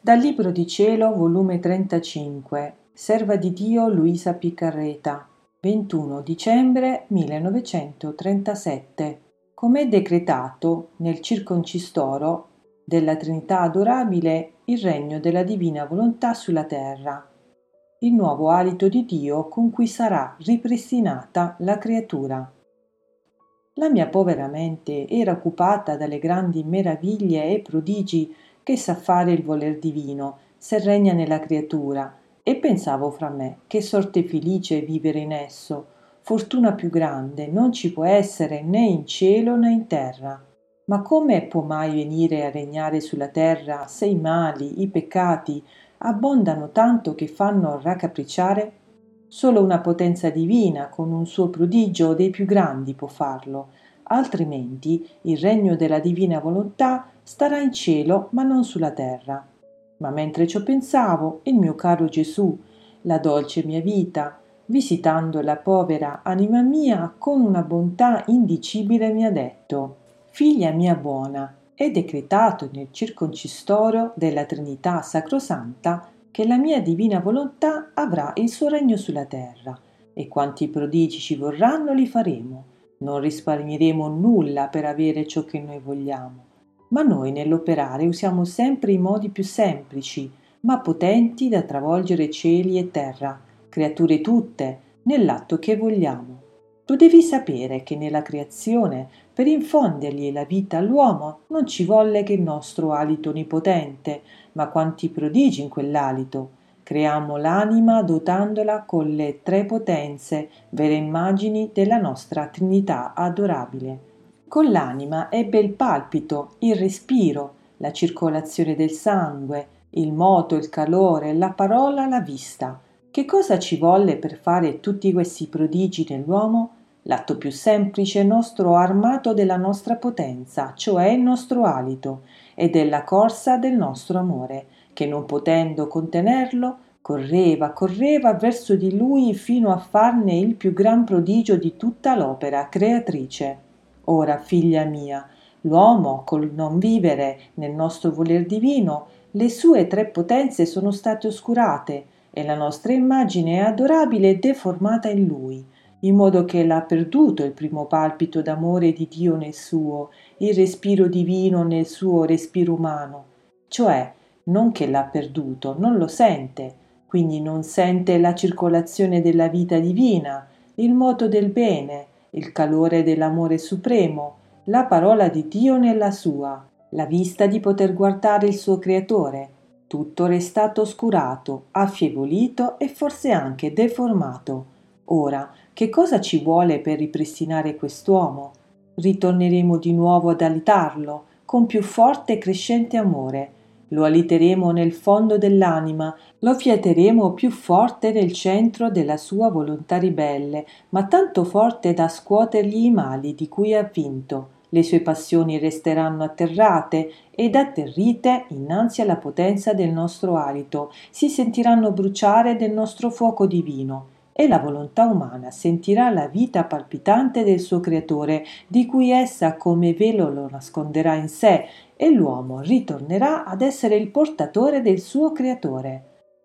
Dal Libro di Cielo, volume 35, Serva di Dio Luisa Piccarreta, 21 dicembre 1937. Com'è decretato nel circoncistoro della Trinità adorabile il regno della divina volontà sulla terra, il nuovo alito di Dio con cui sarà ripristinata la creatura. La mia povera mente era occupata dalle grandi meraviglie e prodigi che sa fare il voler divino, se regna nella creatura, e pensavo fra me, che sorte felice vivere in esso, fortuna più grande non ci può essere né in cielo né in terra. Ma come può mai venire a regnare sulla terra se i mali, i peccati abbondano tanto che fanno raccapricciare? Solo una potenza divina con un suo prodigio dei più grandi può farlo, altrimenti il regno della divina volontà starà in cielo ma non sulla terra. Ma mentre ciò pensavo, il mio caro Gesù, la dolce mia vita, visitando la povera anima mia con una bontà indicibile mi ha detto: «Figlia mia buona, è decretato nel circoncistoro della Trinità Sacrosanta che la mia divina volontà avrà il suo regno sulla terra, e quanti prodigi ci vorranno li faremo. Non risparmieremo nulla per avere ciò che noi vogliamo, ma noi nell'operare usiamo sempre i modi più semplici, ma potenti da travolgere cieli e terra, creature tutte, nell'atto che vogliamo. Tu devi sapere che nella creazione, per infondergli la vita all'uomo, non ci volle che il nostro alito onnipotente, ma quanti prodigi in quell'alito. Creiamo l'anima dotandola con le tre potenze, vere immagini della nostra Trinità adorabile. Con l'anima ebbe il palpito, il respiro, la circolazione del sangue, il moto, il calore, la parola, la vista. Che cosa ci volle per fare tutti questi prodigi nell'uomo? L'atto più semplice nostro armato della nostra potenza, cioè il nostro alito, e della corsa del nostro amore, che non potendo contenerlo, correva verso di lui fino a farne il più gran prodigio di tutta l'opera creatrice. Ora, figlia mia, l'uomo, col non vivere nel nostro voler divino, le sue tre potenze sono state oscurate, e la nostra immagine adorabile è deformata in lui, in modo che l'ha perduto il primo palpito d'amore di Dio nel suo, il respiro divino nel suo respiro umano, cioè non che l'ha perduto, non lo sente, quindi non sente la circolazione della vita divina, il moto del bene, il calore dell'amore supremo, la parola di Dio nella sua, la vista di poter guardare il suo creatore. Tutto restato oscurato, affievolito e forse anche deformato. Ora, che cosa ci vuole per ripristinare quest'uomo? Ritorneremo di nuovo ad alitarlo con più forte e crescente amore. Lo aliteremo nel fondo dell'anima, lo fiateremo più forte nel centro della sua volontà ribelle, ma tanto forte da scuotergli i mali di cui ha vinto. Le sue passioni resteranno atterrate ed atterrite innanzi alla potenza del nostro alito, si sentiranno bruciare del nostro fuoco divino, e la volontà umana sentirà la vita palpitante del suo creatore, di cui essa come velo lo nasconderà in sé, e l'uomo ritornerà ad essere il portatore del suo creatore.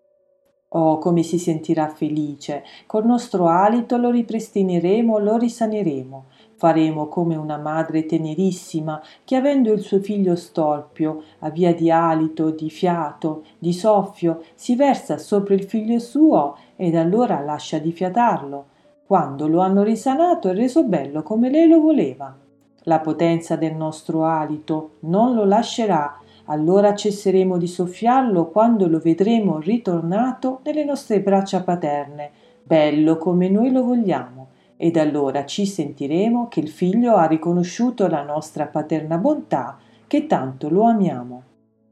Oh, come si sentirà felice! Col nostro alito lo ripristineremo, lo risaneremo. Faremo come una madre tenerissima che, avendo il suo figlio storpio, a via di alito, di fiato, di soffio, si versa sopra il figlio suo ed allora lascia di fiatarlo, quando lo hanno risanato e reso bello come lei lo voleva. La potenza del nostro alito non lo lascerà. Allora cesseremo di soffiarlo quando lo vedremo ritornato nelle nostre braccia paterne, bello come noi lo vogliamo, ed allora ci sentiremo che il figlio ha riconosciuto la nostra paterna bontà, che tanto lo amiamo.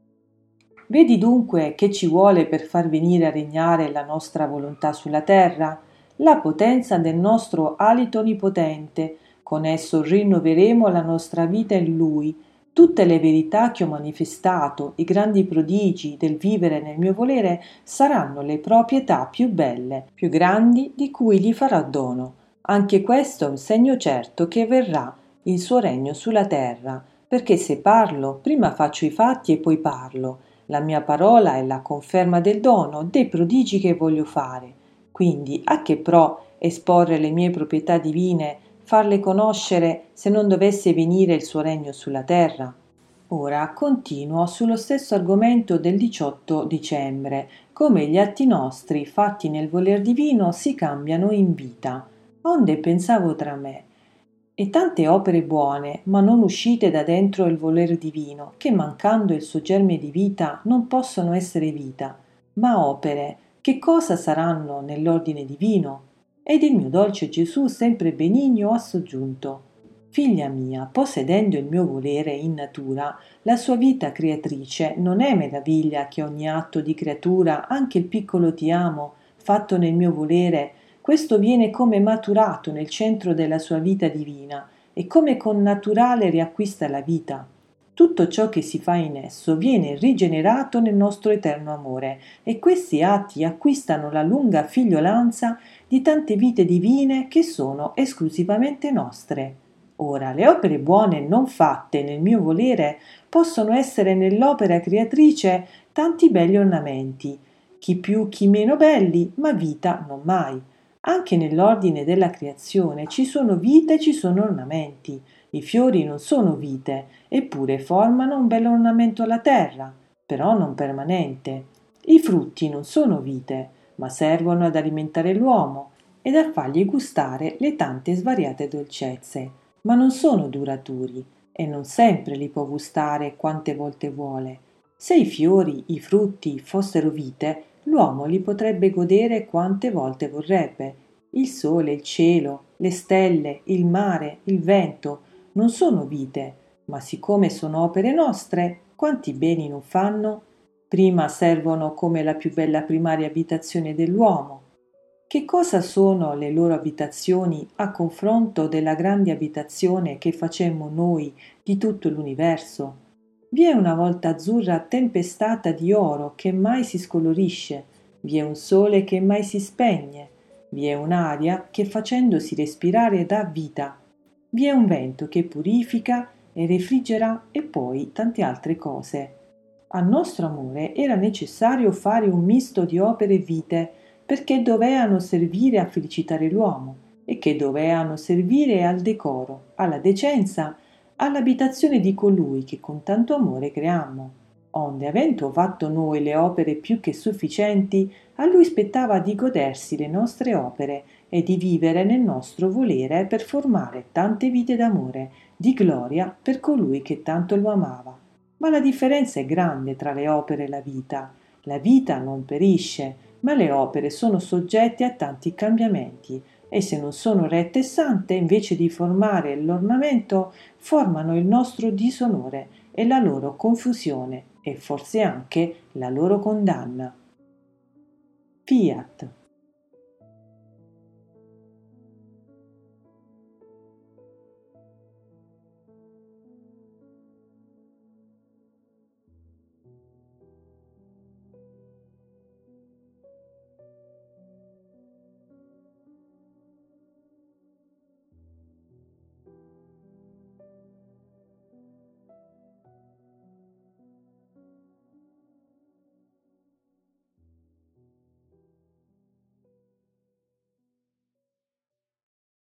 Vedi dunque che ci vuole per far venire a regnare la nostra volontà sulla terra? La potenza del nostro alito onnipotente. Con esso rinnoveremo la nostra vita in Lui. Tutte le verità che ho manifestato, i grandi prodigi del vivere nel mio volere, saranno le proprietà più belle, più grandi di cui gli farò dono. Anche questo è un segno certo che verrà il suo regno sulla terra, perché se parlo, prima faccio i fatti e poi parlo. La mia parola è la conferma del dono, dei prodigi che voglio fare. Quindi a che pro esporre le mie proprietà divine, farle conoscere se non dovesse venire il suo regno sulla terra? Ora continuo sullo stesso argomento del 18 dicembre, come gli atti nostri fatti nel voler divino si cambiano in vita. Onde pensavo tra me, e tante opere buone, ma non uscite da dentro il voler divino, che mancando il suo germe di vita non possono essere vita, ma opere, che cosa saranno nell'ordine divino? Ed il mio dolce Gesù sempre benigno ha soggiunto: Figlia mia, possedendo il mio volere in natura, la sua vita creatrice non è meraviglia che ogni atto di creatura, anche il piccolo ti amo, fatto nel mio volere, questo viene come maturato nel centro della sua vita divina e come connaturale riacquista la vita. Tutto ciò che si fa in esso viene rigenerato nel nostro eterno amore e questi atti acquistano la lunga figliolanza di tante vite divine che sono esclusivamente nostre. Ora, le opere buone non fatte nel mio volere possono essere nell'opera creatrice tanti belli ornamenti, chi più chi meno belli, ma vita non mai. Anche nell'ordine della creazione ci sono vite e ci sono ornamenti. I fiori non sono vite, eppure formano un bel ornamento alla terra, però non permanente. I frutti non sono vite, ma servono ad alimentare l'uomo ed a fargli gustare le tante svariate dolcezze, ma non sono duraturi e non sempre li può gustare quante volte vuole. Se i fiori, i frutti fossero vite, l'uomo li potrebbe godere quante volte vorrebbe. Il sole, il cielo, le stelle, il mare, il vento non sono vite, ma siccome sono opere nostre, quanti beni non fanno? Prima servono come la più bella primaria abitazione dell'uomo. Che cosa sono le loro abitazioni a confronto della grande abitazione che facemmo noi di tutto l'universo? Vi è una volta azzurra tempestata di oro che mai si scolorisce, vi è un sole che mai si spegne, vi è un'aria che facendosi respirare dà vita, vi è un vento che purifica e refrigera e poi tante altre cose. Al nostro amore era necessario fare un misto di opere e vite perché doveano servire a felicitare l'uomo e che doveano servire al decoro, alla decenza, all'abitazione di colui che con tanto amore creammo. Onde, avendo fatto noi le opere più che sufficienti, a lui spettava di godersi le nostre opere e di vivere nel nostro volere per formare tante vite d'amore, di gloria per colui che tanto lo amava. Ma la differenza è grande tra le opere e la vita. La vita non perisce, ma le opere sono soggette a tanti cambiamenti e se non sono rette e sante, invece di formare l'ornamento, formano il nostro disonore e la loro confusione e forse anche la loro condanna. Fiat.